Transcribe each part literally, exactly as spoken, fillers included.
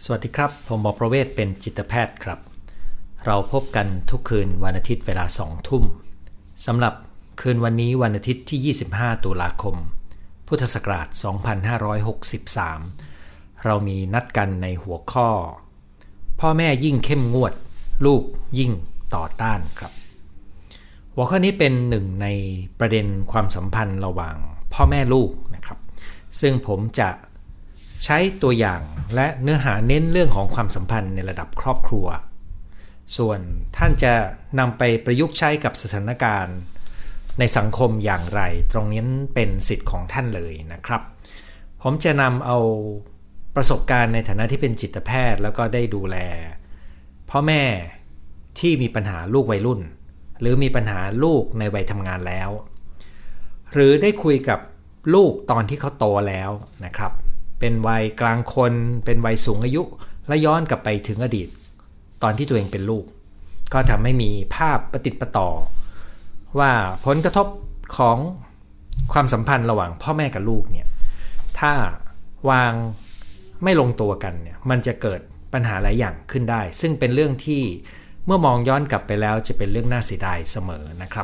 สวัสดีครับผมหมอประเวศเป็นจิตแพทย์ครับเราพบกันทุกคืนวันอาทิตย์เวลาสองทุ่มสำหรับคืนวันนี้วันอาทิตย์ที่ยี่สิบห้าตุลาคมพุทธศักราชสองพันห้าร้อยหกสิบสามเรามีนัดกันในหัวข้อพ่อแม่ยิ่งเข้มงวดลูกยิ่งต่อต้านครับหัวข้อนี้เป็นหนึ่งในประเด็นความสัมพันธ์ระหว่างพ่อแม่ลูกนะครับซึ่งผมจะใช้ตัวอย่างและเนื้อหาเน้นเรื่องของความสัมพันธ์ในระดับครอบครัวส่วนท่านจะนำไปประยุกต์ใช้กับสถานการณ์ในสังคมอย่างไรตรงนี้เป็นสิทธิ์ของท่านเลยนะครับผมจะนำเอาประสบการณ์ในฐานะที่เป็นจิตแพทย์แล้วก็ได้ดูแลพ่อแม่ที่มีปัญหาลูกวัยรุ่นหรือมีปัญหาลูกในวัยทำงานแล้วหรือได้คุยกับลูกตอนที่เขาโตแล้วนะครับเป็นวัยกลางคนเป็นวัยสูงอายุและย้อนกลับไปถึงอดีตตอนที่ตัวเองเป็นลูกก็ทำให้มีภาพประติดประต่อว่าผลกระทบของความสัมพันธ์ระหว่างพ่อแม่กับลูกเนี่ยถ้าวางไม่ลงตัวกันเนี่ยมันจะเกิดปัญหาหลายอย่างขึ้นได้ซึ่งเป็นเรื่องที่เมื่อมองย้อนกลับไปแล้วจะเป็นเรื่องน่าเสียดายเสมอนะครับ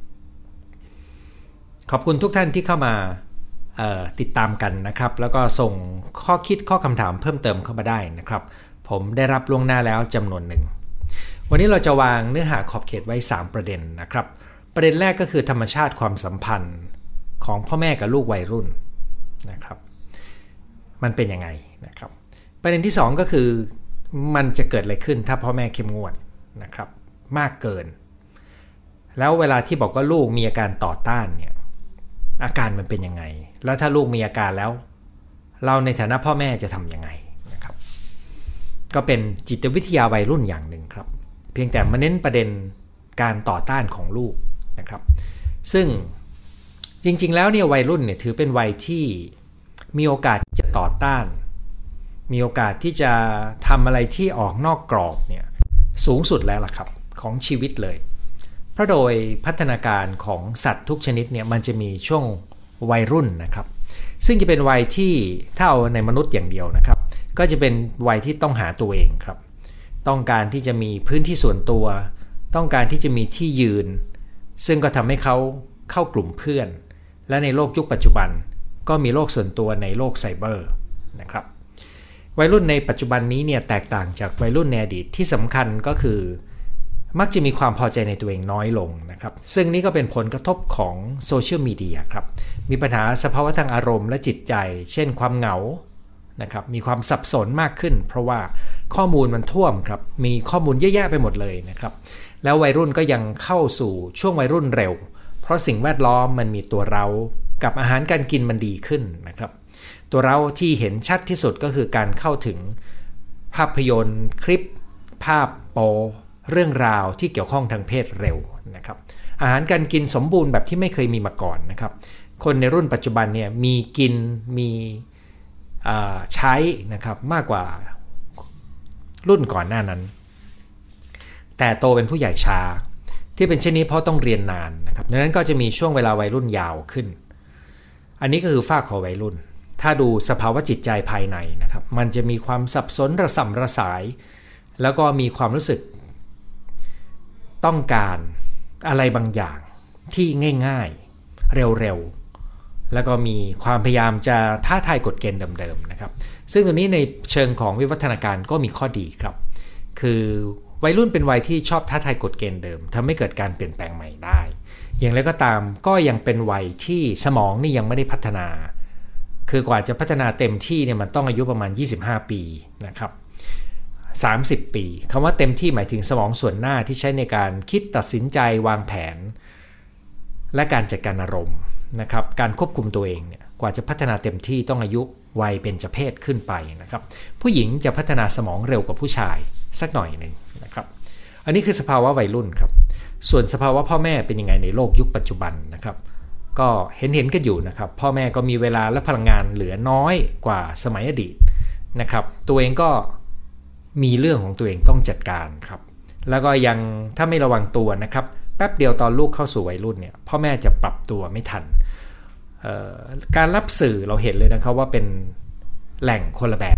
ขอบคุณทุกท่านที่เข้ามาติดตามกันนะครับแล้วก็ส่งข้อคิดข้อคำถามเพิ่มเติมเข้ามาได้นะครับผมได้รับล่วงหน้าแล้วจำนวนหนึ่งวันนี้เราจะวางเนื้อหาขอบเขตไว้สามประเด็นนะครับประเด็นแรกก็คือธรรมชาติความสัมพันธ์ของพ่อแม่กับลูกวัยรุ่นนะครับมันเป็นยังไงนะครับประเด็นที่สองก็คือมันจะเกิดอะไรขึ้นถ้าพ่อแม่เข้มงวดนะครับมากเกินแล้วเวลาที่บอกว่าลูกมีอาการต่อต้านเนี่ยอาการมันเป็นยังไงแล้วถ้าลูกมีอาการแล้วเราในฐานะพ่อแม่จะทำยังไงนะครับก็เป็นจิตวิทยาวัยรุ่นอย่างหนึ่งครับเพียงแต่มาเน้นประเด็นการต่อต้านของลูกนะครับซึ่งจริงๆแล้วเนี่ยวัยรุ่นเนี่ยถือเป็นวัยที่มีโอกาสจะต่อต้านมีโอกาสที่จะทำอะไรที่ออกนอกกรอบเนี่ยสูงสุดแล้วล่ะครับของชีวิตเลยเพราะโดยพัฒนาการของสัตว์ทุกชนิดเนี่ยมันจะมีช่วงวัยรุ่นนะครับซึ่งจะเป็นวัยที่ถ้าเอาในมนุษย์อย่างเดียวนะครับก็จะเป็นวัยที่ต้องหาตัวเองครับต้องการที่จะมีพื้นที่ส่วนตัวต้องการที่จะมีที่ยืนซึ่งก็ทำให้เขาเข้ากลุ่มเพื่อนและในโลกยุคปัจจุบันก็มีโลกส่วนตัวในโลกไซเบอร์นะครับวัยรุ่นในปัจจุบันนี้เนี่ยแตกต่างจากวัยรุ่นในอดีตที่สำคัญก็คือมักจะมีความพอใจในตัวเองน้อยลงนะครับซึ่งนี่ก็เป็นผลกระทบของโซเชียลมีเดียครับมีปัญหาสภาวะทางอารมณ์และจิตใจเช่นความเหงานะครับมีความสับสนมากขึ้นเพราะว่าข้อมูลมันท่วมครับมีข้อมูลเยอะแยะไปหมดเลยนะครับแล้ววัยรุ่นก็ยังเข้าสู่ช่วงวัยรุ่นเร็วเพราะสิ่งแวดล้อมมันมีตัวเรากับอาหารการกินมันดีขึ้นนะครับตัวเราที่เห็นชัดที่สุดก็คือการเข้าถึงภาพยนตร์คลิปภาพโปเรื่องราวที่เกี่ยวข้องทางเพศเร็วนะครับอาหารการกินสมบูรณ์แบบที่ไม่เคยมีมาก่อนนะครับคนในรุ่นปัจจุบันเนี่ยมีกินมีใช้นะครับมากกว่ารุ่นก่อนหน้านั้นแต่โตเป็นผู้ใหญ่ช้าที่เป็นเช่นนี้เพราะต้องเรียนนานนะครับดังนั้นก็จะมีช่วงเวลาวัยรุ่นยาวขึ้นอันนี้ก็คือฝากของวัยรุ่นถ้าดูสภาวะจิตใจภายในนะครับมันจะมีความสับสนระส่ำระสายแล้วก็มีความรู้สึกต้องการอะไรบางอย่างที่ง่ายๆเร็วๆแล้วก็มีความพยายามจะท้าทายกฎเกณฑ์เดิมๆนะครับซึ่งตรงนี้ในเชิงของวิวัฒนาการก็มีข้อดีครับคือวัยรุ่นเป็นวัยที่ชอบท้าทายกฎเกณฑ์เดิมทำให้เกิดการเปลี่ยนแปลงใหม่ได้อย่างไรก็ตามก็ยังเป็นวัยที่สมองนี่ยังไม่ได้พัฒนาคือกว่าจะพัฒนาเต็มที่เนี่ยมันต้องอายุประมาณยี่สิบห้าปีนะครับสามสิบปีคำว่าเต็มที่หมายถึงสมองส่วนหน้าที่ใช้ในการคิดตัดสินใจวางแผนและการจัดการอารมณ์นะครับการควบคุมตัวเองเนี่ยกว่าจะพัฒนาเต็มที่ต้องอายุวัยเบญจเพสขึ้นไปนะครับผู้หญิงจะพัฒนาสมองเร็วกว่าผู้ชายสักหน่อยหนึ่งนะครับอันนี้คือสภาวะวัยรุ่นครับส่วนสภาวะพ่อแม่เป็นยังไงในโลกยุคปัจจุบันนะครับก็เห็นเห็นกันอยู่นะครับพ่อแม่ก็มีเวลาและพลังงานเหลือน้อยกว่าสมัยอดีตนะครับตัวเองก็มีเรื่องของตัวเองต้องจัดการครับแล้วก็ยังถ้าไม่ระวังตัวนะครับแป๊บเดียวตอนลูกเข้าสู่วัยรุ่นเนี่ยพ่อแม่จะปรับตัวไม่ทันการรับสื่อเราเห็นเลยนะครับว่าเป็นแหล่งคนละแบบ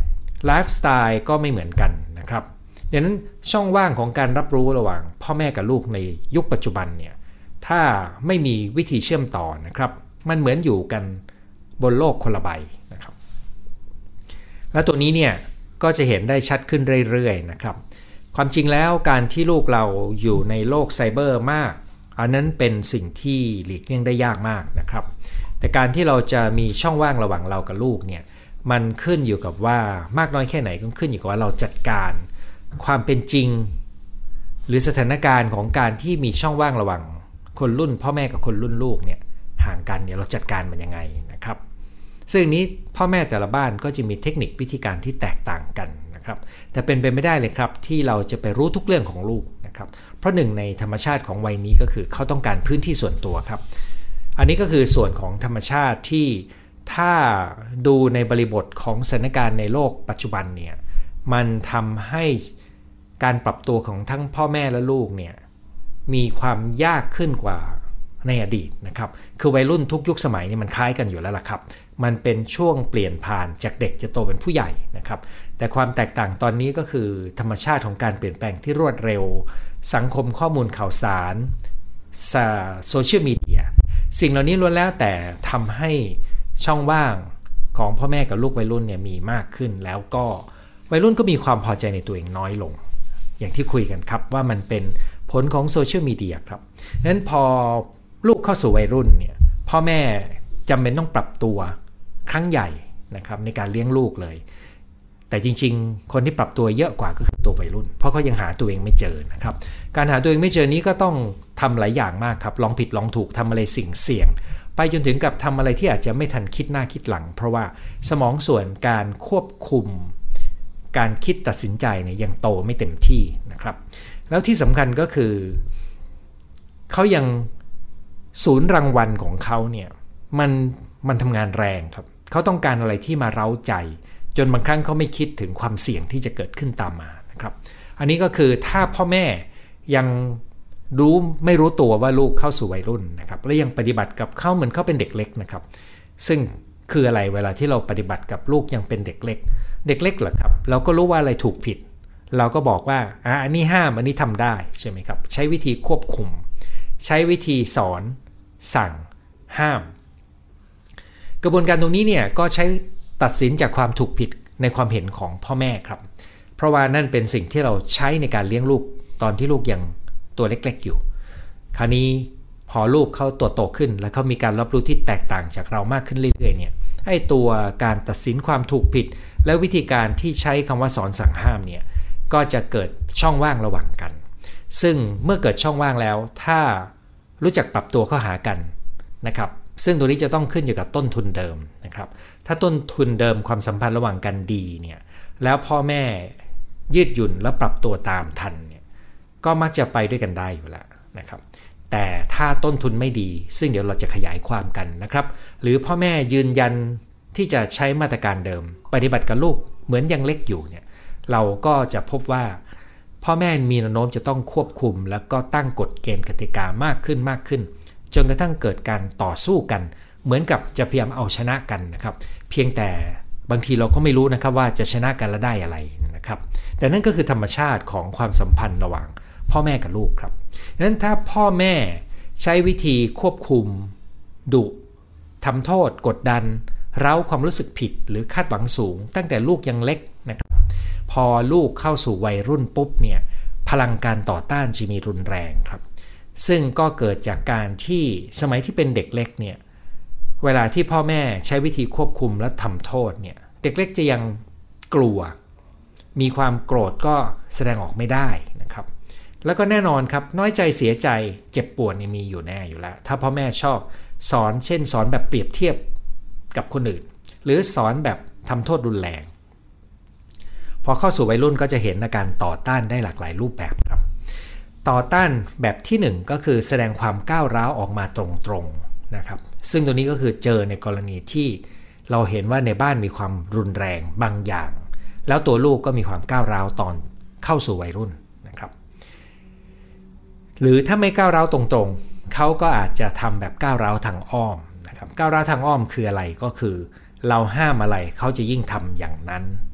ไลฟ์สไตล์ก็ไม่เหมือนกันนะครับดังนั้นช่องว่างของการรับรู้ระหว่างพ่อแม่กับลูกในยุคปัจจุบันเนี่ยถ้าไม่มีวิธีเชื่อมต่อนะครับมันเหมือนอยู่กันบนโลกคนละใบนะครับและตัวนี้เนี่ยก็จะเห็นได้ชัดขึ้นเรื่อยๆนะครับความจริงแล้วการที่ลูกเราอยู่ในโลกไซเบอร์มากอันนั้นเป็นสิ่งที่หลีกเลี่ยงได้ยากมากนะครับแต่การที่เราจะมีช่องว่างระหว่างเรากับลูกเนี่ยมันขึ้นอยู่กับว่ามากน้อยแค่ไหนก็ขึ้นอยู่กับว่าเราจัดการความเป็นจริงหรือสถานการณ์ของการที่มีช่องว่างระหว่างคนรุ่นพ่อแม่กับคนรุ่นลูกเนี่ยห่างกันเนี่ยเราจัดการมันยังไงนะครับซึ่งนี้พ่อแม่แต่ละบ้านก็จะมีเทคนิควิธีการที่แตกต่างกันนะครับแต่เป็นไปไม่ได้เลยครับที่เราจะไปรู้ทุกเรื่องของลูกนะครับเพราะหนึ่งในธรรมชาติของวัยนี้ก็คือเขาต้องการพื้นที่ส่วนตัวครับอันนี้ก็คือส่วนของธรรมชาติที่ถ้าดูในบริบทของสถานการณ์ในโลกปัจจุบันเนี่ยมันทำให้การปรับตัวของทั้งพ่อแม่และลูกเนี่ยมีความยากขึ้นกว่าในอดีตนะครับคือวัยรุ่นทุกยุคสมัยนี่มันคล้ายกันอยู่แล้วล่ะครับมันเป็นช่วงเปลี่ยนผ่านจากเด็กจะโตเป็นผู้ใหญ่นะครับแต่ความแตกต่างตอนนี้ก็คือธรรมชาติของการเปลี่ยนแปลงที่รวดเร็วสังคมข้อมูลข่าวสารโซเชียลมีเดียสิ่งเหล่านี้ล้วนแล้วแต่ทำให้ช่องว่างของพ่อแม่กับลูกวัยรุ่นเนี่ยมีมากขึ้นแล้วก็วัยรุ่นก็มีความพอใจในตัวเองน้อยลงอย่างที่คุยกันครับว่ามันเป็นผลของโซเชียลมีเดียครับนั้นพอลูกเข้าสู่วัยรุ่นเนี่ยพ่อแม่จำเป็นต้องปรับตัวครั้งใหญ่นะครับในการเลี้ยงลูกเลยแต่จริงๆคนที่ปรับตัวเยอะกว่าก็คือตัววัยรุ่นเพราะเขายังหาตัวเองไม่เจอนะครับการหาตัวเองไม่เจอนี้ก็ต้องทำหลายอย่างมากครับลองผิดลองถูกทำอะไรสิ่งเสี่ยงไปจนถึงกับทำอะไรที่อาจจะไม่ทันคิดหน้าคิดหลังเพราะว่าสมองส่วนการควบคุมการคิดตัดสินใจเนี่ยยังโตไม่เต็มที่นะครับแล้วที่สำคัญก็คือเขายังศูนย์รางวัลของเขาเนี่ยมันมันทำงานแรงครับเขาต้องการอะไรที่มาเร้าใจจนบางครั้งเขาไม่คิดถึงความเสี่ยงที่จะเกิดขึ้นตามมานะครับอันนี้ก็คือถ้าพ่อแม่ยังรู้ไม่รู้ตัวว่าลูกเข้าสู่วัยรุ่นนะครับและยังปฏิบัติกับเขาเหมือนเขาเป็นเด็กเล็กนะครับซึ่งคืออะไรเวลาที่เราปฏิบัติกับลูกยังเป็นเด็กเล็กเด็กเล็กเหรอครับเราก็รู้ว่าอะไรถูกผิดเราก็บอกว่าอ่ะอันนี้ห้ามอันนี้ทำได้ใช่ไหมครับใช้วิธีควบคุมใช้วิธีสอนสั่งห้ามกระบวนการตรงนี้เนี่ยก็ใช้ตัดสินจากความถูกผิดในความเห็นของพ่อแม่ครับเพราะว่านั่นเป็นสิ่งที่เราใช้ในการเลี้ยงลูกตอนที่ลูกยังตัวเล็กๆอยู่คราวนี้พอลูกเขาตัวโตขึ้นแล้วเขามีการรับรู้ที่แตกต่างจากเรามากขึ้นเรื่อยๆเนี่ยไอ้ตัวการตัดสินความถูกผิดและวิธีการที่ใช้คำว่าสอนสั่งห้ามเนี่ยก็จะเกิดช่องว่างระหว่างกันซึ่งเมื่อเกิดช่องว่างแล้วถ้ารู้จักปรับตัวเข้าหากันนะครับซึ่งตัวนี้จะต้องขึ้นอยู่กับต้นทุนเดิมนะครับถ้าต้นทุนเดิมความสัมพันธ์ระหว่างกันดีเนี่ยแล้วพ่อแม่ยืดหยุ่นและปรับตัวตามทันเนี่ยก็มักจะไปด้วยกันได้อยู่แล้วนะครับแต่ถ้าต้นทุนไม่ดีซึ่งเดี๋ยวเราจะขยายความกันนะครับหรือพ่อแม่ยืนยันที่จะใช้มาตรการเดิมปฏิบัติกับลูกเหมือนยังเล็กอยู่เนี่ยเราก็จะพบว่าพ่อแม่มีแนวโน้มจะต้องควบคุมแล้วก็ตั้งกฎเกณฑ์กติกามากขึ้นมากขึ้นจนกระทั่งเกิดการต่อสู้กันเหมือนกับจะพยายามเอาชนะกันนะครับเพียงแต่บางทีเราก็ไม่รู้นะครับว่าจะชนะกันแล้วได้อะไรนะครับแต่นั่นก็คือธรรมชาติของความสัมพันธ์ระหว่างพ่อแม่กับลูกครับดังนั้นถ้าพ่อแม่ใช้วิธีควบคุมดุทำโทษกดดันเร้าความรู้สึกผิดหรือคาดหวังสูงตั้งแต่ลูกยังเล็กนะครับพอลูกเข้าสู่วัยรุ่นปุ๊บเนี่ยพลังการต่อต้านจะมีรุนแรงครับซึ่งก็เกิดจากการที่สมัยที่เป็นเด็กเล็กเนี่ยเวลาที่พ่อแม่ใช้วิธีควบคุมและทำโทษเนี่ยเด็กเล็กจะยังกลัวมีความโกรธก็แสดงออกไม่ได้นะครับแล้วก็แน่นอนครับน้อยใจเสียใจเจ็บปวดนี่มีอยู่แน่อยู่แล้วถ้าพ่อแม่ชอบสอนเช่นสอนแบบเปรียบเทียบกับคนอื่นหรือสอนแบบทำโทษรุนแรงพอเข้าสู่วัยรุ่นก็จะเห็นอาการต่อต้านได้หลากหลายรูปแบบครับต่อต้านแบบที่หนึ่งก็คือแสดงความก้าวร้าวออกมาตรงๆนะครับซึ่งตัวนี้ก็คือเจอในกรณีที่เราเห็นว่าในบ้านมีความรุนแรงบางอย่างแล้วตัวลูกก็มีความก้าวร้าวตอนเข้าสู่วัยรุ่นนะครับหรือถ้าไม่ก้าวร้าวตรงๆเขาก็อาจจะทำแบบก้าวร้าวทางอ้อมนะครับก้าวร้าวทางอ้อมคืออะไรก็คือเราห้ามอะไรเขาจะยิ่งทำอย่างนั้น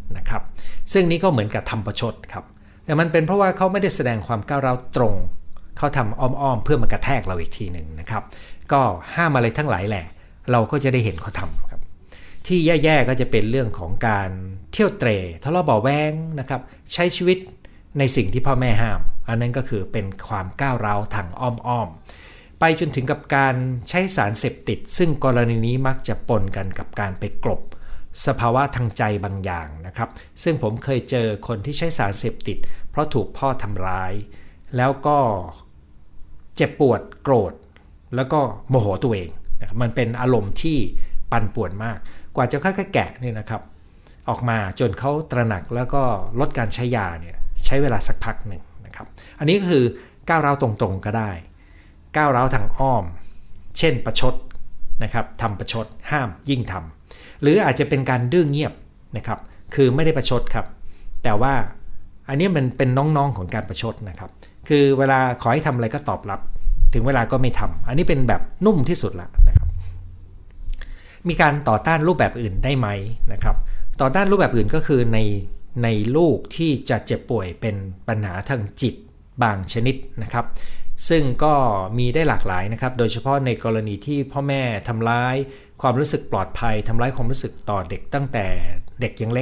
นะครับซึ่งนี้ก็เหมือนกับทำประชดครับแต่มันเป็นเพราะว่าเขาไม่ได้แสดงความก้าวร้าวตรงเขาทำอ้อมๆเพื่อมากระแทกเราอีกทีหนึ่งนะครับก็ห้ามอะไรทั้งหลายแหละเราก็จะได้เห็นเขาทำครับที่แย่ๆก็จะเป็นเรื่องของการเที่ยวเตร่ทะเลาะเบาะแว้งนะครับใช้ชีวิตในสิ่งที่พ่อแม่ห้ามอันนั้นก็คือเป็นความก้าวร้าวทางอ้อมๆไปจนถึงกับการใช้สารเสพติดซึ่งกรณีนี้มักจะปนกันกับการไปกลบสภาวะทางใจบางอย่างนะครับซึ่งผมเคยเจอคนที่ใช้สารเสพติดเพราะถูกพ่อทำร้ายแล้วก็เจ็บปวดโกรธแล้วก็โมโหตัวเองนะครับมันเป็นอารมณ์ที่ปั่นป่วนมากกว่าจะค่อยๆแกะเนี่ยนะครับออกมาจนเขาตระหนักแล้วก็ลดการใช้ยาเนี่ยใช้เวลาสักพักหนึ่งนะครับอันนี้ก็คือก้าวร้าวตรงๆก็ได้ก้าวร้าวทางอ้อมเช่นประชดนะครับทำประชดห้ามยิ่งทำหรืออาจจะเป็นการดื้อเงียบนะครับคือไม่ได้ประชดครับแต่ว่าอันนี้มันเป็นน้องๆของการประชดนะครับคือเวลาขอให้ทำอะไรก็ตอบรับถึงเวลาก็ไม่ทำอันนี้เป็นแบบนุ่มที่สุดละนะครับมีการต่อต้านรูปแบบอื่นได้ไหมนะครับต่อต้านรูปแบบอื่นก็คือในในลูกที่จะเจ็บป่วยเป็นปัญหาทางจิตบางชนิดนะครับซึ่งก็มีได้หลากหลายนะครับโดยเฉพาะในกรณีที่พ่อแม่ทำร้ายความรู้สึกปลอดภัยทำร้ายความรู้สึกต่อเด็กตั้งแต่เด็กยังเล็ก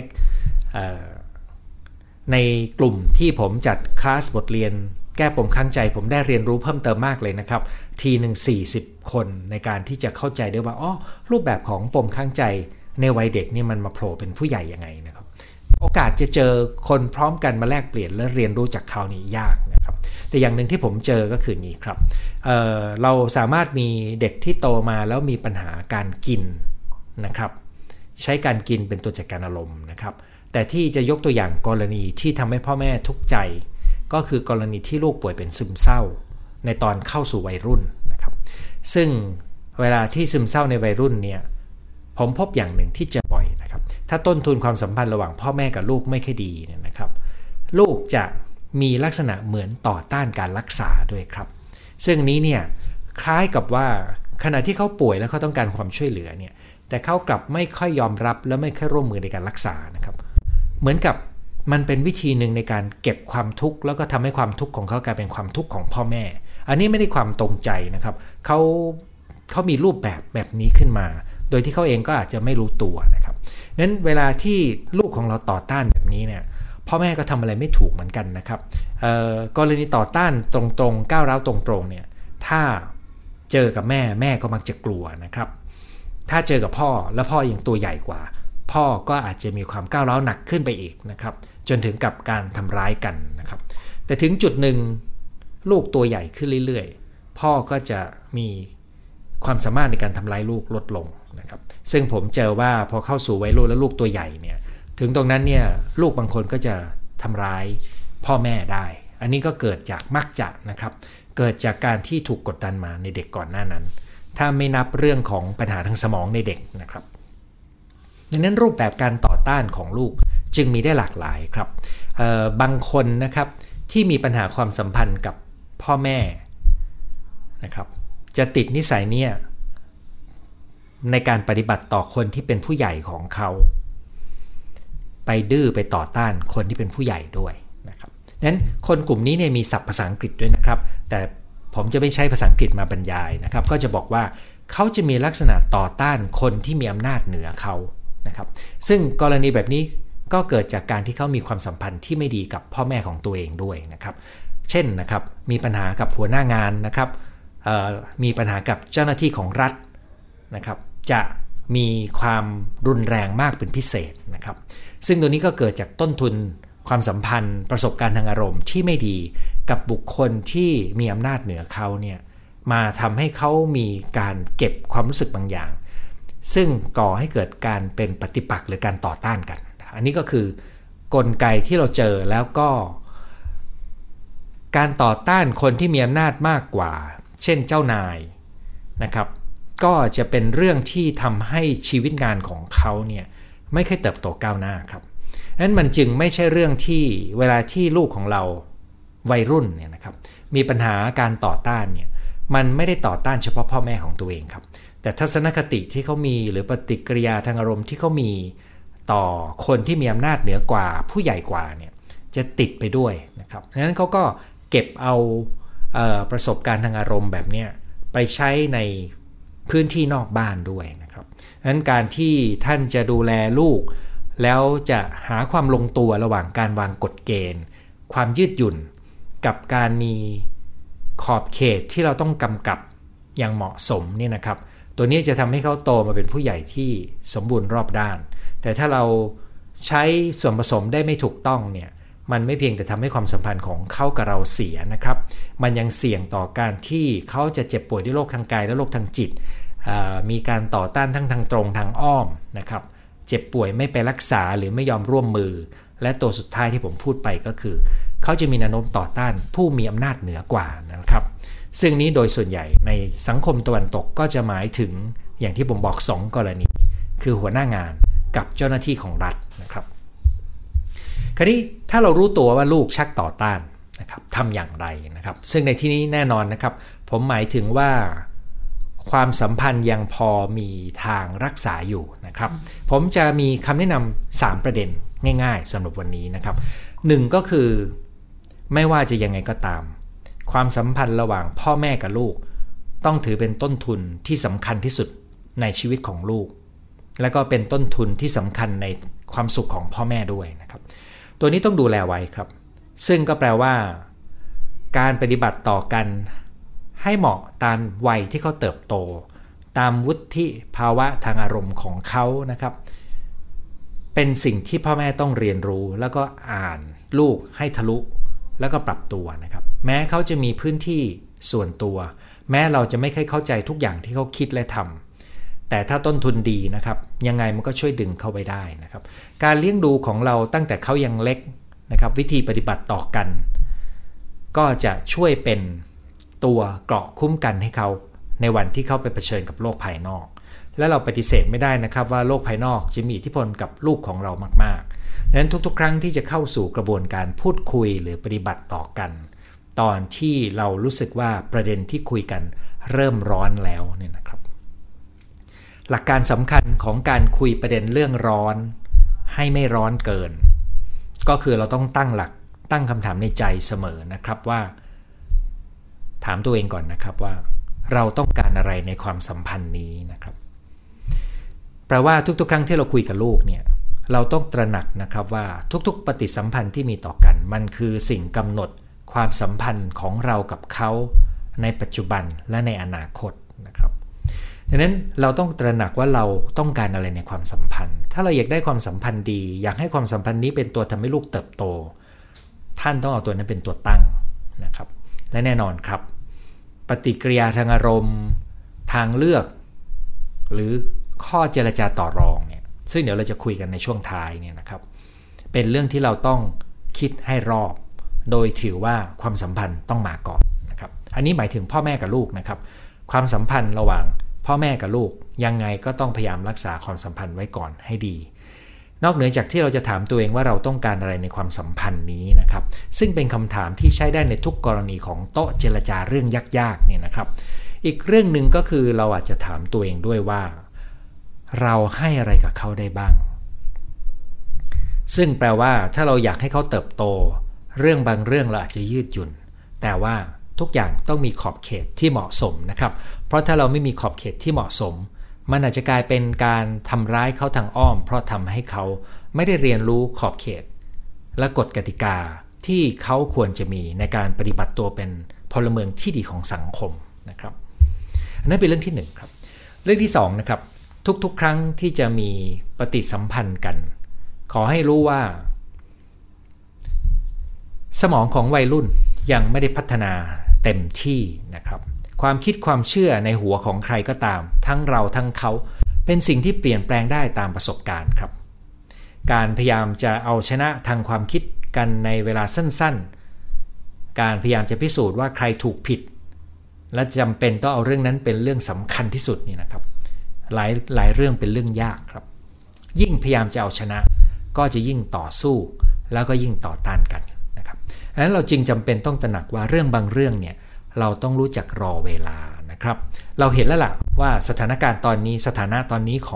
ในกลุ่มที่ผมจัดคลาสบทเรียนแก้ปมข้างใจผมได้เรียนรู้เพิ่มเติมมากเลยนะครับทีหนึ่งสี่สิบคนในการที่จะเข้าใจได้ว่าอ๋อรูปแบบของปมข้างใจในวัยเด็กนี่มันมาโผล่เป็นผู้ใหญ่ยังไงนะครับโอกาสจะเจอคนพร้อมกันมาแลกเปลี่ยนและเรียนรู้จากเขานี่ยากนะครับแต่อย่างหนึ่งที่ผมเจอก็คือนี้ครับ เอ่อ เราสามารถมีเด็กที่โตมาแล้วมีปัญหาการกินนะครับใช้การกินเป็นตัวจัดการอารมณ์นะครับแต่ที่จะยกตัวอย่างกรณีที่ทำให้พ่อแม่ทุกข์ใจก็คือกรณีที่ลูกป่วยเป็นซึมเศร้าในตอนเข้าสู่วัยรุ่นนะครับซึ่งเวลาที่ซึมเศร้าในวัยรุ่นเนี่ยผมพบอย่างหนึ่งที่เจอบ่อยนะครับถ้าต้นทุนความสัมพันธ์ระหว่างพ่อแม่กับลูกไม่ค่อยดีเนี่ยนะครับลูกจะมีลักษณะเหมือนต่อต้านการรักษาด้วยครับซึ่งนี้เนี่ยคล้ายกับว่าขณะที่เขาป่วยแล้วเขาต้องการความช่วยเหลือเนี่ยแต่เขากลับไม่ค่อยยอมรับและไม่ค่อยร่วมมือในการรักษานะครับเหมือนกับมันเป็นวิธีหนึ่งในการเก็บความทุกข์แล้วก็ทำให้ความทุกข์ของเขากลายเป็นความทุกข์ของพ่อแม่อันนี้ไม่ได้ความตรงใจนะครับเขาเขามีรูปแบบแบบนี้ขึ้นมาโดยที่เขาเองก็อาจจะไม่รู้ตัวนะครับนั้นเวลาที่ลูกของเราต่อต้านแบบนี้เนี่ยพ่อแม่ก็ทำอะไรไม่ถูกเหมือนกันนะครับกรณีต่อต้านตรงๆก้าวร้าวตรงๆเนี่ยถ้าเจอกับแม่แม่ก็มักจะกลัวนะครับถ้าเจอกับพ่อแล้วพ่อยังตัวใหญ่กว่าพ่อก็อาจจะมีความก้าวร้าวหนักขึ้นไปอีกนะครับจนถึงกับการทำร้ายกันนะครับแต่ถึงจุดหนึ่งลูกตัวใหญ่ขึ้นเรื่อยๆพ่อก็จะมีความสามารถในการทำร้ายลูกลดลงนะครับซึ่งผมเจอว่าพอเข้าสู่วัยรุ่นแล้วลูกตัวใหญ่เนี่ยถึงตรงนั้นเนี่ยลูกบางคนก็จะทำร้ายพ่อแม่ได้อันนี้ก็เกิดจากมักจะนะครับเกิดจากการที่ถูกกดดันมาในเด็กก่อนหน้านั้นถ้าไม่นับเรื่องของปัญหาทางสมองในเด็กนะครับดังนั้นรูปแบบการต่อต้านของลูกจึงมีได้หลากหลายครับบางคนนะครับที่มีปัญหาความสัมพันธ์กับพ่อแม่นะครับจะติดนิสัยเนี่ยในการปฏิบัติต่อคนที่เป็นผู้ใหญ่ของเขาไปดื้อไปต่อต้านคนที่เป็นผู้ใหญ่ด้วยนะครับนั้นคนกลุ่มนี้เนี่ยมีศัพท์ภาษาอังกฤษด้วยนะครับแต่ผมจะไม่ใช้ภาษาอังกฤษมาบรรยายนะครับก็จะบอกว่าเขาจะมีลักษณะต่อต้านคนที่มีอำนาจเหนือเขานะครับซึ่งกรณีแบบนี้ก็เกิดจากการที่เขามีความสัมพันธ์ที่ไม่ดีกับพ่อแม่ของตัวเองด้วยนะครับเช่นนะครับมีปัญหากับหัวหน้างานนะครับมีปัญหากับเจ้าหน้าที่ของรัฐนะครับจะมีความรุนแรงมากเป็นพิเศษนะครับซึ่งตัวนี้ก็เกิดจากต้นทุนความสัมพันธ์ประสบการณ์ทางอารมณ์ที่ไม่ดีกับบุคคลที่มีอำนาจเหนือเขาเนี่ยมาทำให้เขามีการเก็บความรู้สึกบางอย่างซึ่งก่อให้เกิดการเป็นปฏิปักษ์หรือการต่อต้านกันอันนี้ก็คือกลไกที่เราเจอแล้วก็การต่อต้านคนที่มีอำนาจมากกว่าเช่นเจ้านายนะครับก็จะเป็นเรื่องที่ทำให้ชีวิตงานของเขาเนี่ยไม่เคยเติบโตก้าวหน้าครับนั้นมันจึงไม่ใช่เรื่องที่เวลาที่ลูกของเราวัยรุ่นเนี่ยนะครับมีปัญหาการต่อต้านเนี่ยมันไม่ได้ต่อต้านเฉพาะพ่อแม่ของตัวเองครับแต่ทัศนคติที่เขามีหรือปฏิกิริยาทางอารมณ์ที่เขามีต่อคนที่มีอำนาจเหนือกว่าผู้ใหญ่กว่าเนี่ยจะติดไปด้วยนะครับดังนั้นเขาก็เก็บเอาเอ่อประสบการณ์ทางอารมณ์แบบนี้ไปใช้ในพื้นที่นอกบ้านด้วยนะครับดังนั้นการที่ท่านจะดูแลลูกแล้วจะหาความลงตัวระหว่างการวางกฎเกณฑ์ความยืดหยุ่นกับการมีขอบเขตที่เราต้องกำกับอย่างเหมาะสมเนี่ยนะครับตัวนี้จะทำให้เขาโตมาเป็นผู้ใหญ่ที่สมบูรณ์รอบด้านแต่ถ้าเราใช้ส่วนผสมได้ไม่ถูกต้องเนี่ยมันไม่เพียงแต่ทำให้ความสัมพันธ์ของเขากับเราเสียนะครับมันยังเสี่ยงต่อการที่เขาจะเจ็บป่วยด้วยโรคทางกายและโรคทางจิตมีการต่อต้านทั้งทางตรงทางอ้อมนะครับเจ็บป่วยไม่ไปรักษาหรือไม่ยอมร่วมมือและตัวสุดท้ายที่ผมพูดไปก็คือเขาจะมีแนวโน้มต่อต้านผู้มีอำนาจเหนือกว่านะครับซึ่งนี้โดยส่วนใหญ่ในสังคมตะวันตกก็จะหมายถึงอย่างที่ผมบอกสองกรณีคือหัวหน้างานกับเจ้าหน้าที่ของรัฐนะครับคราวนี้ถ้าเรารู้ตัวว่าลูกชักต่อต้านนะครับทำอย่างไรนะครับซึ่งในที่นี้แน่นอนนะครับผมหมายถึงว่าความสัมพันธ์ยังพอมีทางรักษาอยู่นะครับผมจะมีคำแนะนำสามประเด็นง่ายๆสำหรับวันนี้นะครับหนึ่งก็คือไม่ว่าจะยังไงก็ตามความสัมพันธ์ระหว่างพ่อแม่กับลูกต้องถือเป็นต้นทุนที่สำคัญที่สุดในชีวิตของลูกและก็เป็นต้นทุนที่สำคัญในความสุขของพ่อแม่ด้วยนะครับตัวนี้ต้องดูแลไว้ครับซึ่งก็แปลว่าการปฏิบัติต่อกันให้เหมาะตามวัยที่เขาเติบโตตามวุฒิภาวะทางอารมณ์ของเขานะครับเป็นสิ่งที่พ่อแม่ต้องเรียนรู้แล้วก็อ่านลูกให้ทะลุแล้วก็ปรับตัวนะครับแม้เขาจะมีพื้นที่ส่วนตัวแม้เราจะไม่เคยเข้าใจทุกอย่างที่เขาคิดและทำแต่ถ้าต้นทุนดีนะครับยังไงมันก็ช่วยดึงเข้าไปได้นะครับการเลี้ยงดูของเราตั้งแต่เขายังเล็กนะครับวิธีปฏิบัติต่อกันก็จะช่วยเป็นตัวเกราะคุ้มกันให้เขาในวันที่เขาไปเผชิญกับโลกภายนอกและเราปฏิเสธไม่ได้นะครับว่าโลกภายนอกจะมีอิทธิพลกับลูกของเรามากๆดังนั้นทุกๆครั้งที่จะเข้าสู่กระบวนการพูดคุยหรือปฏิบัติต่อกันตอนที่เรารู้สึกว่าประเด็นที่คุยกันเริ่มร้อนแล้วเนี่ยนะครับหลักการสำคัญของการคุยประเด็นเรื่องร้อนให้ไม่ร้อนเกินก็คือเราต้องตั้งหลักตั้งคำถามในใจเสมอนะครับว่าถามตัวเองก่อนนะครับว่าเราต้องการอะไรในความสัมพันธ์นี้นะครับแปลว่าทุกๆครั้งที่เราคุยกับลูกเนี่ยเราต้องตระหนักนะครับว่าทุกๆปฏิสัมพันธ์ที่มีต่อกันมันคือสิ่งกำหนดความสัมพันธ์ของเรากับเขาในปัจจุบันและในอนาคตนะครับดังนั้นเราต้องตระหนักว่าเราต้องการอะไรในความสัมพันธ์ถ้าเราอยากได้ความสัมพันธ์ดีอยากให้ความสัมพันธ์นี้เป็นตัวทำให้ลูกเติบโตท่านต้องเอาตัวนั้นเป็นตัวตั้งนะครับและแน่นอนครับปฏิกิริยาทางอารมณ์ทางเลือกหรือข้อเจรจาต่อรองเนี่ยซึ่งเดี๋ยวเราจะคุยกันในช่วงท้ายเนี่ยนะครับเป็นเรื่องที่เราต้องคิดให้รอบโดยถือว่าความสัมพันธ์ต้องมาก่อนนะครับอันนี้หมายถึงพ่อแม่กับลูกนะครับความสัมพันธ์ระหว่างพ่อแม่กับลูกยังไงก็ต้องพยายามรักษาความสัมพันธ์ไว้ก่อนให้ดีนอกเหนือจากที่เราจะถามตัวเองว่าเราต้องการอะไรในความสัมพันธ์นี้นะครับซึ่งเป็นคำถามที่ใช้ได้ในทุกกรณีของโต๊ะเจรจาเรื่องยากๆเนี่ยนะครับอีกเรื่องหนึ่งก็คือเราอาจจะถามตัวเองด้วยว่าเราให้อะไรกับเขาได้บ้างซึ่งแปลว่าถ้าเราอยากให้เขาเติบโตเรื่องบางเรื่องเราอาจจะยืดหยุ่นแต่ว่าทุกอย่างต้องมีขอบเขตที่เหมาะสมนะครับเพราะถ้าเราไม่มีขอบเขตที่เหมาะสมมันอาจจะกลายเป็นการทำร้ายเขาทางอ้อมเพราะทำให้เขาไม่ได้เรียนรู้ขอบเขตและกฎกติกาที่เขาควรจะมีในการปฏิบัติตัวเป็นพลเมืองที่ดีของสังคมนะครับอันนั้นเป็นเรื่องที่หนึ่งครับเรื่องที่สองนะครับทุกๆครั้งที่จะมีปฏิสัมพันธ์กันขอให้รู้ว่าสมองของวัยรุ่นยังไม่ได้พัฒนาเต็มที่นะครับความคิดความเชื่อในหัวของใครก็ตามทั้งเราทั้งเขาเป็นสิ่งที่เปลี่ยนแปลงได้ตามประสบการณ์ครับการพยายามจะเอาชนะทางความคิดกันในเวลาสั้นๆการพยายามจะพิสูจน์ว่าใครถูกผิดและจำเป็นต้องเอาเรื่องนั้นเป็นเรื่องสำคัญที่สุดนี่นะครับหลายหลายเรื่องเป็นเรื่องยากครับยิ่งพยายามจะเอาชนะก็จะยิ่งต่อสู้แล้วก็ยิ่งต่อต้านกันนะครับดังนั้นเราจึงจำเป็นต้องตระหนักว่าเรื่องบางเรื่องเนี่ยเราต้องรู้จักรอเวลานะครับเราเห็นแล้วล่ะว่าสถานการณ์ตอนนี้สถานะตอนนี้ของ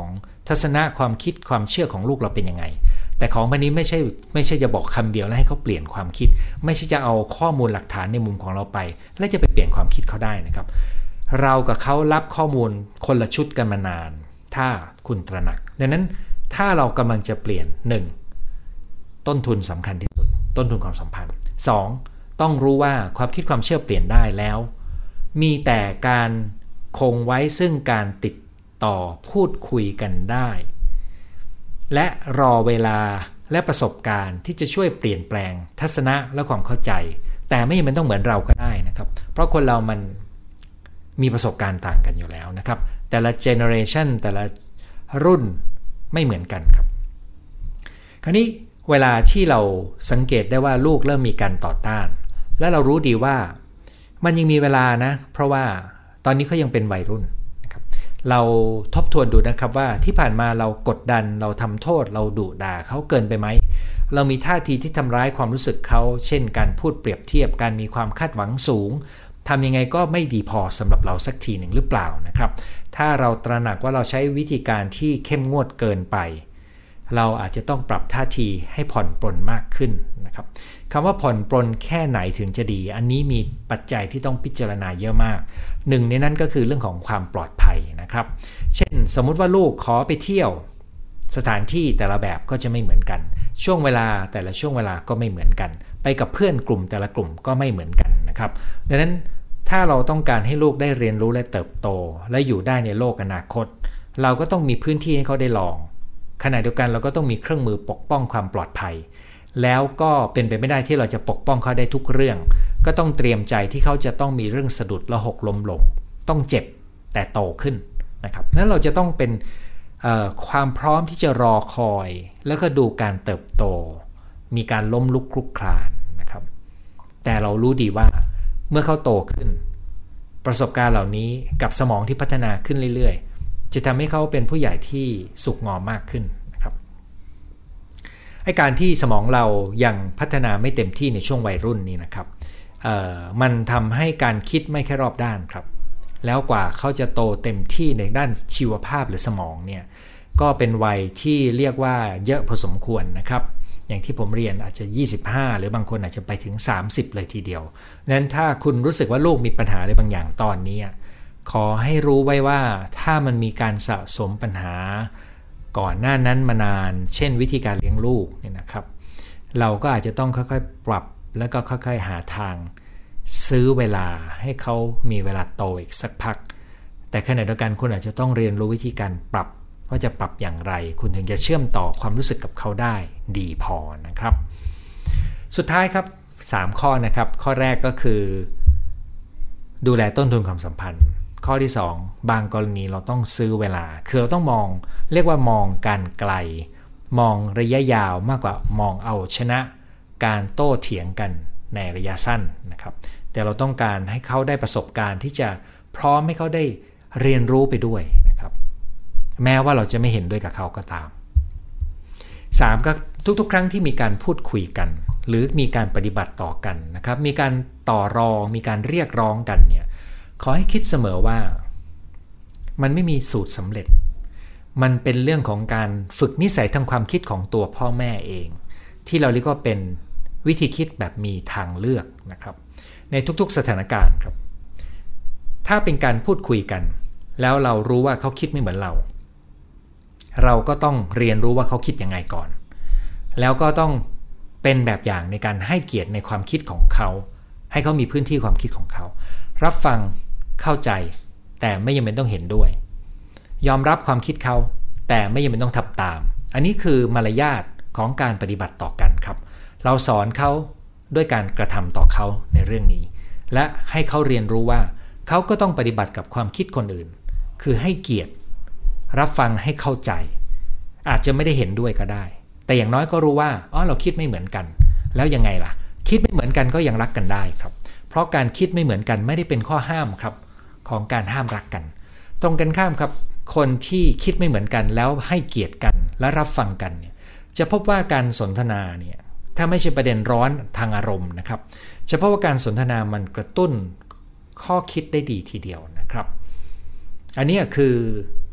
ทัศนะความคิดความเชื่อของลูกเราเป็นยังไงแต่ของพันนี้ไม่ใช่ไม่ใช่จะบอกคำเดียวแล้วให้เขาเปลี่ยนความคิดไม่ใช่จะเอาข้อมูลหลักฐานในมุมของเราไปแล้วจะไปเปลี่ยนความคิดเขาได้นะครับเรากับเขารับข้อมูลคนละชุดกันมานานถ้าคุณตระหนักดังนั้นถ้าเรากำลังจะเปลี่ยนหนึ่งต้นทุนสำคัญที่สุดต้นทุนความสัมพันธ์สองต้องรู้ว่าความคิดความเชื่อเปลี่ยนได้แล้วมีแต่การคงไว้ซึ่งการติดต่อพูดคุยกันได้และรอเวลาและประสบการณ์ที่จะช่วยเปลี่ยนแปลงทัศนะและความเข้าใจแต่ไม่จำเป็นต้องเหมือนเราก็ได้นะครับเพราะคนเรามันมีประสบการณ์ต่างกันอยู่แล้วนะครับแต่ละเจเนอเรชันแต่ละรุ่นไม่เหมือนกันครับคราวนี้เวลาที่เราสังเกตได้ว่าลูกเริ่มมีการต่อต้านและเรารู้ดีว่ามันยังมีเวลานะเพราะว่าตอนนี้เขายังเป็นวัยรุ่นนะครับเราทบทวนดูนะครับว่าที่ผ่านมาเรากดดันเราทำโทษเราดุด่าเขาเกินไปไหมเรามีท่าทีที่ทำร้ายความรู้สึกเขาเช่นการพูดเปรียบเทียบการมีความคาดหวังสูงทำยังไงก็ไม่ดีพอสำหรับเราสักทีหนึ่งหรือเปล่านะครับถ้าเราตระหนักว่าเราใช้วิธีการที่เข้มงวดเกินไปเราอาจจะต้องปรับท่าทีให้ผ่อนปรนมากขึ้นนะครับคำว่าผ่อนปรนแค่ไหนถึงจะดีอันนี้มีปัจจัยที่ต้องพิจารณาเยอะมากหนึ่งในนั้นก็คือเรื่องของความปลอดภัยนะครับเช่นสมมุติว่าลูกขอไปเที่ยวสถานที่แต่ละแบบก็จะไม่เหมือนกันช่วงเวลาแต่ละช่วงเวลาก็ไม่เหมือนกันไปกับเพื่อนกลุ่มแต่ละกลุ่มก็ไม่เหมือนกันนะครับดังนั้นถ้าเราต้องการให้ลูกได้เรียนรู้และเติบโตและอยู่ได้ในโลกอนาคตเราก็ต้องมีพื้นที่ให้เขาได้ลองขณะเดียวกันเราก็ต้องมีเครื่องมือปกป้องความปลอดภัยแล้วก็เป็นไปไม่ได้ที่เราจะปกป้องเขาได้ทุกเรื่องก็ต้องเตรียมใจที่เขาจะต้องมีเรื่องสะดุดและหกล้มลงต้องเจ็บแต่โตขึ้นนะครับนั้นเราจะต้องเป็นความพร้อมที่จะรอคอยแล้วก็ดูการเติบโตมีการล้มลุกคลุกคลานนะครับแต่เรารู้ดีว่าเมื่อเขาโตขึ้นประสบการณ์เหล่านี้กับสมองที่พัฒนาขึ้นเรื่อยๆจะทำให้เขาเป็นผู้ใหญ่ที่สุขงอมมากขึ้นนะครับไอ้การที่สมองเรายังพัฒนาไม่เต็มที่ในช่วงวัยรุ่นนี้นะครับมันทำให้การคิดไม่แค่รอบด้านครับแล้วกว่าเขาจะโตเต็มที่ในด้านชีวภาพหรือสมองเนี่ยก็เป็นวัยที่เรียกว่าเยอะพอสมควรนะครับอย่างที่ผมเรียนอาจจะยี่สิบห้าหรือบางคนอาจจะไปถึงสามสิบเลยทีเดียวนั้นถ้าคุณรู้สึกว่าลูกมีปัญหาอะไรบางอย่างตอนนี้ขอให้รู้ไว้ว่าถ้ามันมีการสะสมปัญหาก่อนหน้านั้นมานานเช่นวิธีการเลี้ยงลูกเนี่ยนะครับเราก็อาจจะต้องค่อยๆปรับแล้วก็ค่อยๆหาทางซื้อเวลาให้เขามีเวลาโตอีกสักพักแต่ขณะเดียวกันคุณอาจจะต้องเรียนรู้วิธีการปรับว่าจะปรับอย่างไรคุณถึงจะเชื่อมต่อความรู้สึกกับเขาได้ดีพอนะครับสุดท้ายครับสามข้อนะครับข้อแรกก็คือดูแลต้นทุนความสัมพันธ์ข้อที่สองบางกรณีเราต้องซื้อเวลาคือเราต้องมองเรียกว่ามองการไกลมองระยะยาวมากกว่ามองเอาชนะการโต้เถียงกันในระยะสั้นนะครับแต่เราต้องการให้เขาได้ประสบการณ์ที่จะพร้อมให้เขาได้เรียนรู้ไปด้วยนะครับแม้ว่าเราจะไม่เห็นด้วยกับเขาก็ตามสามก็ทุกๆครั้งที่มีการพูดคุยกันหรือมีการปฏิบัติต่อกันนะครับมีการต่อรองมีการเรียกร้องกันเนี่ยขอให้คิดเสมอว่ามันไม่มีสูตรสำเร็จมันเป็นเรื่องของการฝึกนิสัยทางความคิดของตัวพ่อแม่เองที่เราเรียกว่าเป็นวิธีคิดแบบมีทางเลือกนะครับในทุกๆสถานการณ์ครับถ้าเป็นการพูดคุยกันแล้วเรารู้ว่าเขาคิดไม่เหมือนเราเราก็ต้องเรียนรู้ว่าเขาคิดยังไงก่อนแล้วก็ต้องเป็นแบบอย่างในการให้เกียรติในความคิดของเขาให้เขามีพื้นที่ความคิดของเขารับฟังเข้าใจแต่ไม่จำเป็นต้องเห็นด้วยยอมรับความคิดเขาแต่ไม่จำเป็นต้องทำตามอันนี้คือมารยาทของการปฏิบัติต่อกันครับเราสอนเขาด้วยการกระทำต่อเขาในเรื่องนี้และให้เขาเรียนรู้ว่าเขาก็ต้องปฏิบัติกับความคิดคนอื่นคือให้เกียรติรับฟังให้เข้าใจอาจจะไม่ได้เห็นด้วยก็ได้แต่อย่างน้อยก็รู้ว่าอ๋อเราคิดไม่เหมือนกันแล้วยังไงล่ะคิดไม่เหมือนกันก็ยังรักกันได้ครับเพราะการคิดไม่เหมือนกันไม่ได้เป็นข้อห้ามครับของการห้ามรักกันตรงกันข้ามครับคนที่คิดไม่เหมือนกันแล้วให้เกียรติกันและรับฟังกันเนี่ยจะพบว่าการสนทนาเนี่ยถ้าไม่ใช่ประเด็นร้อนทางอารมณ์นะครับจะพบว่าการสนทนามันกระตุ้นข้อคิดได้ดีทีเดียวนะครับอันนี้คือ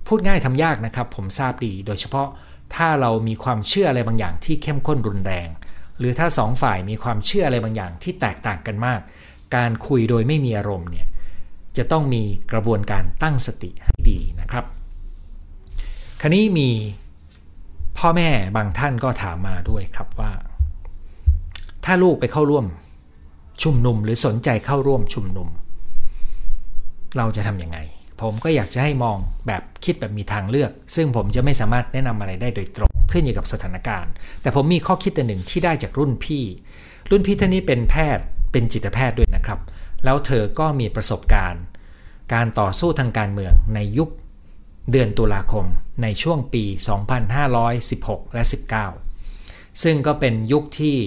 พูดง่ายทำยากนะครับผมทราบดีโดยเฉพาะถ้าเรามีความเชื่ออะไรบางอย่างที่เข้มข้นรุนแรงหรือถ้าสองฝ่ายมีความเชื่ออะไรบางอย่างที่แตกต่างกันมากการคุยโดยไม่มีอารมณ์เนี่ยจะต้องมีกระบวนการตั้งสติให้ดีนะครับคราวนี้มีพ่อแม่บางท่านก็ถามมาด้วยครับว่าถ้าลูกไปเข้าร่วมชุมนุมหรือสนใจเข้าร่วมชุมนุมเราจะทำยังไงผมก็อยากจะให้มองแบบคิดแบบมีทางเลือกซึ่งผมจะไม่สามารถแนะนำอะไรได้โดยตรงขึ้นอยู่กับสถานการณ์แต่ผมมีข้อคิดตัวหนึ่งที่ได้จากรุ่นพี่รุ่นพี่ท่านนี้เป็นแพทย์เป็นจิตแพทย์ด้วยนะครับแล้วเธอก็มีประสบการณ์การต่อสู้ทางการเมืองในยุคเดือนตุลาคมในช่วงปี สองพันห้าร้อยสิบหก และ สิบเก้า ซึ่งก็เป็นยุคที่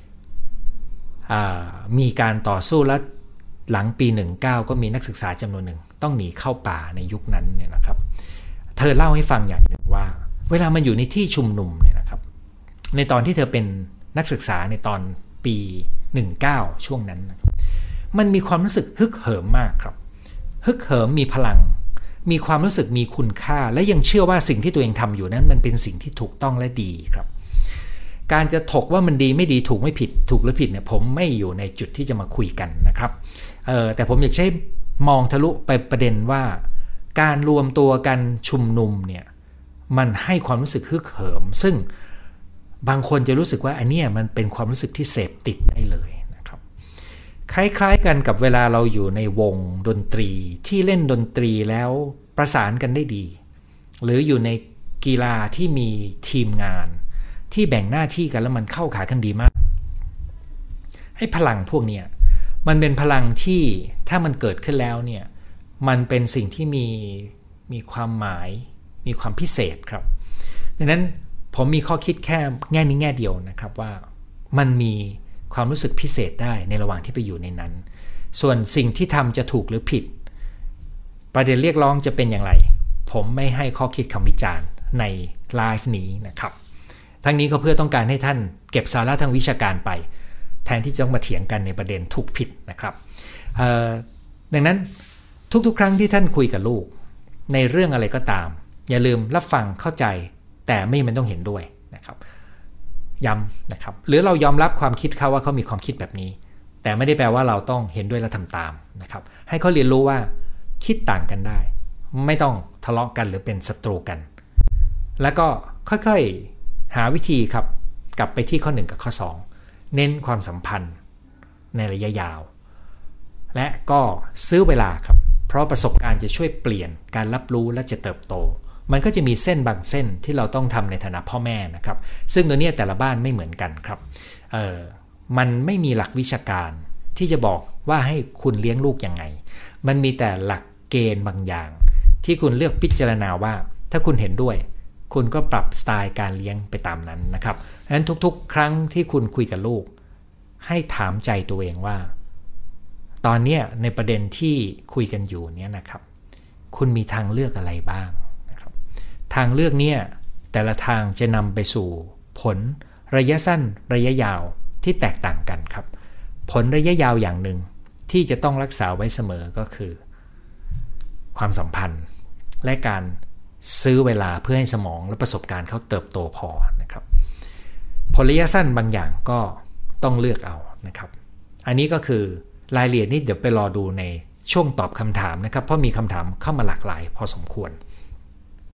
มีการต่อสู้และหลังปีหนึ่งเก้าก็มีนักศึกษาจำนวนหนึ่งต้องหนีเข้าป่าในยุคนั้นเนี่ยนะครับเธอเล่าให้ฟังอย่างหนึ่งว่าเวลามันอยู่ในที่ชุมนุมเนี่ยนะครับในตอนที่เธอเป็นนักศึกษาในตอนปีหนึ่งเก้าช่วงนั้นนะครับมันมีความรู้สึกฮึกเหิมมากครับฮึกเหิมมีพลังมีความรู้สึกมีคุณค่าและยังเชื่อว่าสิ่งที่ตัวเองทำอยู่นั้นมันเป็นสิ่งที่ถูกต้องและดีครับการจะถกว่ามันดีไม่ดีถูกไม่ผิดถูกหรือผิดเนี่ยผมไม่อยู่ในจุดที่จะมาคุยกันนะครับเออแต่ผมอยากใช้มองทะลุไปประเด็นว่าการรวมตัวกันชุมนุมเนี่ยมันให้ความรู้สึกฮึกเหิมซึ่งบางคนจะรู้สึกว่าอันนี้มันเป็นความรู้สึกที่เสพติดได้เลยนะครับคล้ายๆกันกับเวลาเราอยู่ในวงดนตรีที่เล่นดนตรีแล้วประสานกันได้ดีหรืออยู่ในกีฬาที่มีทีมงานที่แบ่งหน้าที่กันแล้วมันเข้าขากันดีมากให้พลังพวกเนี้ยมันเป็นพลังที่ถ้ามันเกิดขึ้นแล้วเนี่ยมันเป็นสิ่งที่มีมีความหมายมีความพิเศษครับดังนั้นผมมีข้อคิดแค่แง่นี้แง่เดียวนะครับว่ามันมีความรู้สึกพิเศษได้ในระหว่างที่ไปอยู่ในนั้นส่วนสิ่งที่ทำจะถูกหรือผิดประเด็นเรียกร้องจะเป็นอย่างไรผมไม่ให้ข้อคิดคำวิจารณ์ในไลฟ์นี้นะครับทั้งนี้ก็เพื่อต้องการให้ท่านเก็บสาระทางวิชาการไปแทนที่จะต้องมาเถียงกันในประเด็นถูกผิดนะครับดังนั้นทุกๆครั้งที่ท่านคุยกับลูกในเรื่องอะไรก็ตามอย่าลืมรับฟังเข้าใจแต่ไม่จำเป็นต้องเห็นด้วยนะครับย้ำนะครับหรือเรายอมรับความคิดเขาว่าเขามีความคิดแบบนี้แต่ไม่ได้แปลว่าเราต้องเห็นด้วยและทำตามนะครับให้เขาเรียนรู้ว่าคิดต่างกันได้ไม่ต้องทะเลาะกันหรือเป็นศัตรูกันแล้วก็ค่อยๆหาวิธีครับกลับไปที่ข้อหนึ่งกับข้อสองเน้นความสัมพันธ์ในระยะยาวและก็ซื้อเวลาครับเพราะประสบการณ์จะช่วยเปลี่ยนการรับรู้และจะเติบโตมันก็จะมีเส้นบางเส้นที่เราต้องทำในฐานะพ่อแม่นะครับซึ่งตัวนี้แต่ละบ้านไม่เหมือนกันครับเอ่อมันไม่มีหลักวิชาการที่จะบอกว่าให้คุณเลี้ยงลูกยังไงมันมีแต่หลักเกณฑ์บางอย่างที่คุณเลือกพิจารณาว่าถ้าคุณเห็นด้วยคุณก็ปรับสไตล์การเลี้ยงไปตามนั้นนะครับดังนั้นทุกๆครั้งที่คุณคุยกับลูกให้ถามใจตัวเองว่าตอนนี้ในประเด็นที่คุยกันอยู่เนี่ยนะครับคุณมีทางเลือกอะไรบ้างนะครับทางเลือกเนี่ยแต่ละทางจะนำไปสู่ผลระยะสั้นระยะยาวที่แตกต่างกันครับผลระยะยาวอย่างหนึ่งที่จะต้องรักษาไว้เสมอก็คือความสัมพันธ์และการซื้อเวลาเพื่อให้สมองและประสบการณ์เขาเติบโตพอนะครับผลระยะสั้นบางอย่างก็ต้องเลือกเอานะครับอันนี้ก็คือรายละเอียดนี่เดี๋ยวไปรอดูในช่วงตอบคำถามนะครับเพราะมีคำถามเข้ามาหลากหลายพอสมควร